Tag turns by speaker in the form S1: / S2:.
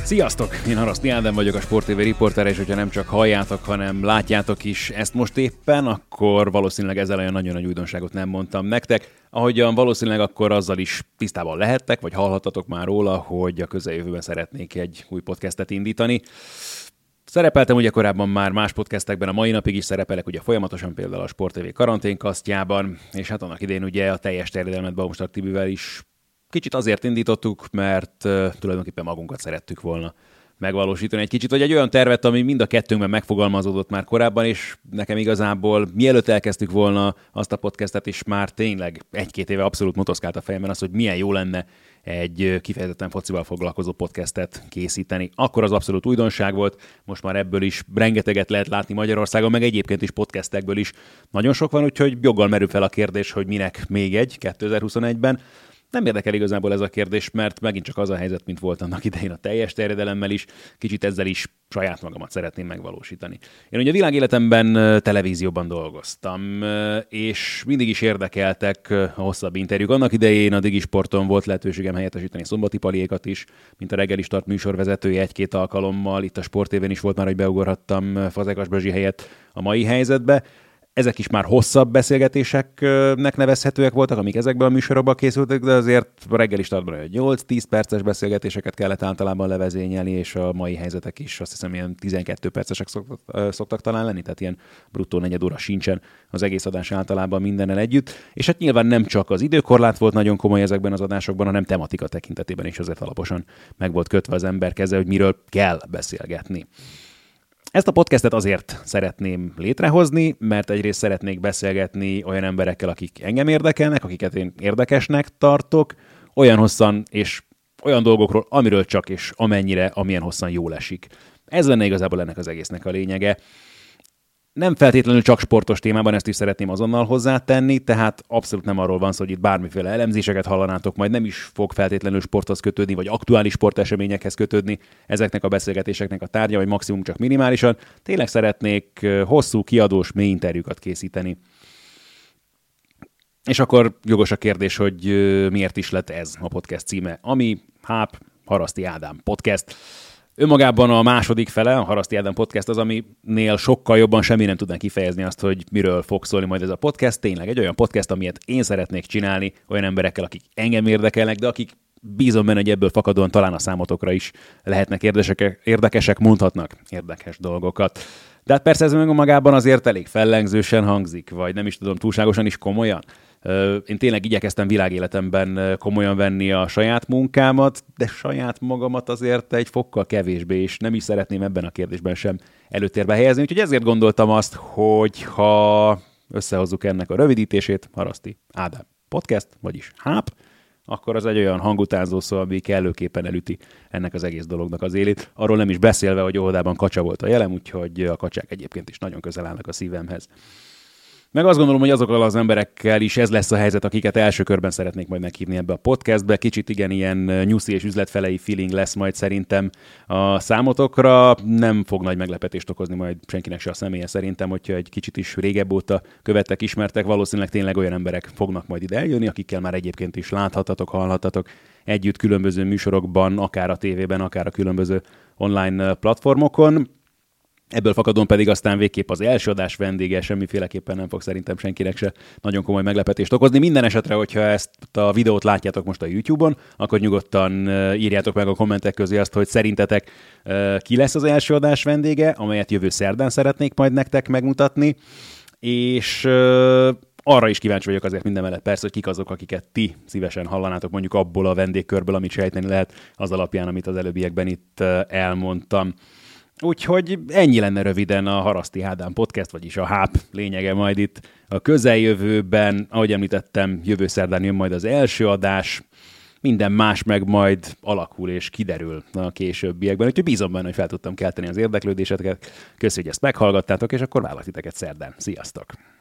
S1: Sziasztok! Én Haraszti Ádám vagyok, a Sport TV riportere, és hogyha nem csak halljátok, hanem látjátok is ezt most éppen, akkor valószínűleg ezzel olyan nagyon nagy újdonságot nem mondtam nektek. Ahogyan valószínűleg akkor azzal is tisztában lehettek, vagy hallhattatok már róla, hogy a közeljövőben szeretnék egy új podcastet indítani. Szerepeltem ugye korábban már más podcastekben, a mai napig is szerepelek ugye folyamatosan, például a Sport TV karanténkasztjában, és hát annak idején ugye a teljes terjedelmet Baumstark Tibivel is kicsit azért indítottuk, mert tulajdonképpen magunkat szerettük volna megvalósítani egy kicsit, vagy egy olyan tervet, ami mind a kettőnkben megfogalmazódott már korábban, és nekem igazából mielőtt elkezdtük volna azt a podcastet is, már tényleg 1-2 éve abszolút motoszkált a fejemben az, hogy milyen jó lenne egy kifejezetten focival foglalkozó podcastet készíteni. Akkor az abszolút újdonság volt, most már ebből is rengeteget lehet látni Magyarországon, meg egyébként is podcastekből is nagyon sok van, úgyhogy joggal merül fel a kérdés, hogy minek még egy 2021-ben. Nem érdekel igazából ez a kérdés, mert megint csak az a helyzet, mint volt annak idején a teljes terjedelemmel is, kicsit ezzel is saját magamat szeretném megvalósítani. Én ugye a világéletemben televízióban dolgoztam, és mindig is érdekeltek a hosszabb interjúk. Annak idején a Digisporton volt lehetőségem helyettesíteni Szombati Paliékat is, mint a Reggeli Start műsorvezetője 1-2 alkalommal. Itt a Sport TV-n is volt már, hogy beugorhattam Fazekas Bezsi helyett a mai helyzetbe. Ezek is már hosszabb beszélgetéseknek nevezhetőek voltak, amik ezekben a műsorokban készültek, de azért a Reggeli Startban 8-10 perces beszélgetéseket kellett általában levezényelni, és a mai helyzetek is azt hiszem ilyen 12 percesek szoktak talán lenni, tehát ilyen bruttó negyed óra sincsen az egész adás általában mindennel együtt. És hát nyilván nem csak az időkorlát volt nagyon komoly ezekben az adásokban, hanem tematika tekintetében is azért alaposan meg volt kötve az ember keze, hogy miről kell beszélgetni. Ezt a podcastet azért szeretném létrehozni, mert egyrészt szeretnék beszélgetni olyan emberekkel, akik engem érdekelnek, akiket én érdekesnek tartok, olyan hosszan és olyan dolgokról, amiről csak és amilyen hosszan jól esik. Ez lenne igazából ennek az egésznek a lényege. Nem feltétlenül csak sportos témában, ezt is szeretném azonnal hozzátenni, tehát abszolút nem arról van szó, hogy itt bármiféle elemzéseket hallanátok, majd nem is fog feltétlenül sporthoz kötődni, vagy aktuális sporteseményekhez kötődni ezeknek a beszélgetéseknek a tárgya, vagy maximum csak minimálisan. Tényleg szeretnék hosszú, kiadós, mély interjúkat készíteni. És akkor jogos a kérdés, hogy miért is lett ez a podcast címe, ami Haraszti Ádám Podcast. Önmagában a második fele, a Haraszti Ádám Podcast az, aminél sokkal jobban semmi nem tudnánk kifejezni azt, hogy miről fog szólni majd ez a podcast. Tényleg egy olyan podcast, amilyet én szeretnék csinálni olyan emberekkel, akik engem érdekelnek, de akik bízom benne, hogy ebből fakadóan talán a számotokra is lehetnek érdekesek, mondhatnak érdekes dolgokat. De hát persze ez önmagában azért elég fellengzősen hangzik, vagy nem is tudom, túlságosan is komolyan. Én tényleg igyekeztem világéletemben komolyan venni a saját munkámat, de saját magamat azért egy fokkal kevésbé, és nem is szeretném ebben a kérdésben sem előtérbe helyezni. Úgyhogy ezért gondoltam azt, hogy ha összehozzuk ennek a rövidítését, Haraszti Ádám Podcast, vagyis HÁP, akkor az egy olyan hangutánzó szó, ami kellőképpen elüti ennek az egész dolognak az élét. Arról nem is beszélve, hogy óvodában kacsa volt a jelem, úgyhogy a kacsák egyébként is nagyon közel állnak a szívemhez. Meg azt gondolom, hogy azokkal az emberekkel is ez lesz a helyzet, akiket első körben szeretnék majd meghívni ebbe a podcastbe. Kicsit igen, ilyen nyuszi és üzletfelei feeling lesz majd szerintem a számotokra. Nem fog nagy meglepetést okozni majd senkinek se a személye szerintem, hogyha egy kicsit is régebb óta követtek, ismertek. Valószínűleg tényleg olyan emberek fognak majd ide eljönni, akikkel már egyébként is láthatatok, hallhatatok együtt különböző műsorokban, akár a tévében, akár a különböző online platformokon. Ebből fakadóan pedig aztán végképp az első adás vendége semmiféleképpen nem fog szerintem senkinek se nagyon komoly meglepetést okozni. Minden esetre, hogyha ezt a videót látjátok most a YouTube-on, akkor nyugodtan írjátok meg a kommentek közé azt, hogy szerintetek ki lesz az első adás vendége, amelyet jövő szerdán szeretnék majd nektek megmutatni, és arra is kíváncsi vagyok azért mindemellett persze, hogy kik azok, akiket ti szívesen hallanátok mondjuk abból a vendégkörből, amit sejteni lehet az alapján, amit az előbbiekben itt elmondtam. Úgyhogy ennyi lenne röviden a Haraszti Ádám Podcast, vagyis a HÁP lényege majd itt a közeljövőben. Ahogy említettem, jövő szerdán jön majd az első adás, minden más meg majd alakul és kiderül a későbbiekben. Úgyhogy bízom benne, hogy fel tudtam kelteni az érdeklődéseteket. Köszönjük, hogy ezt meghallgattátok, és akkor várlak titeket szerdán. Sziasztok!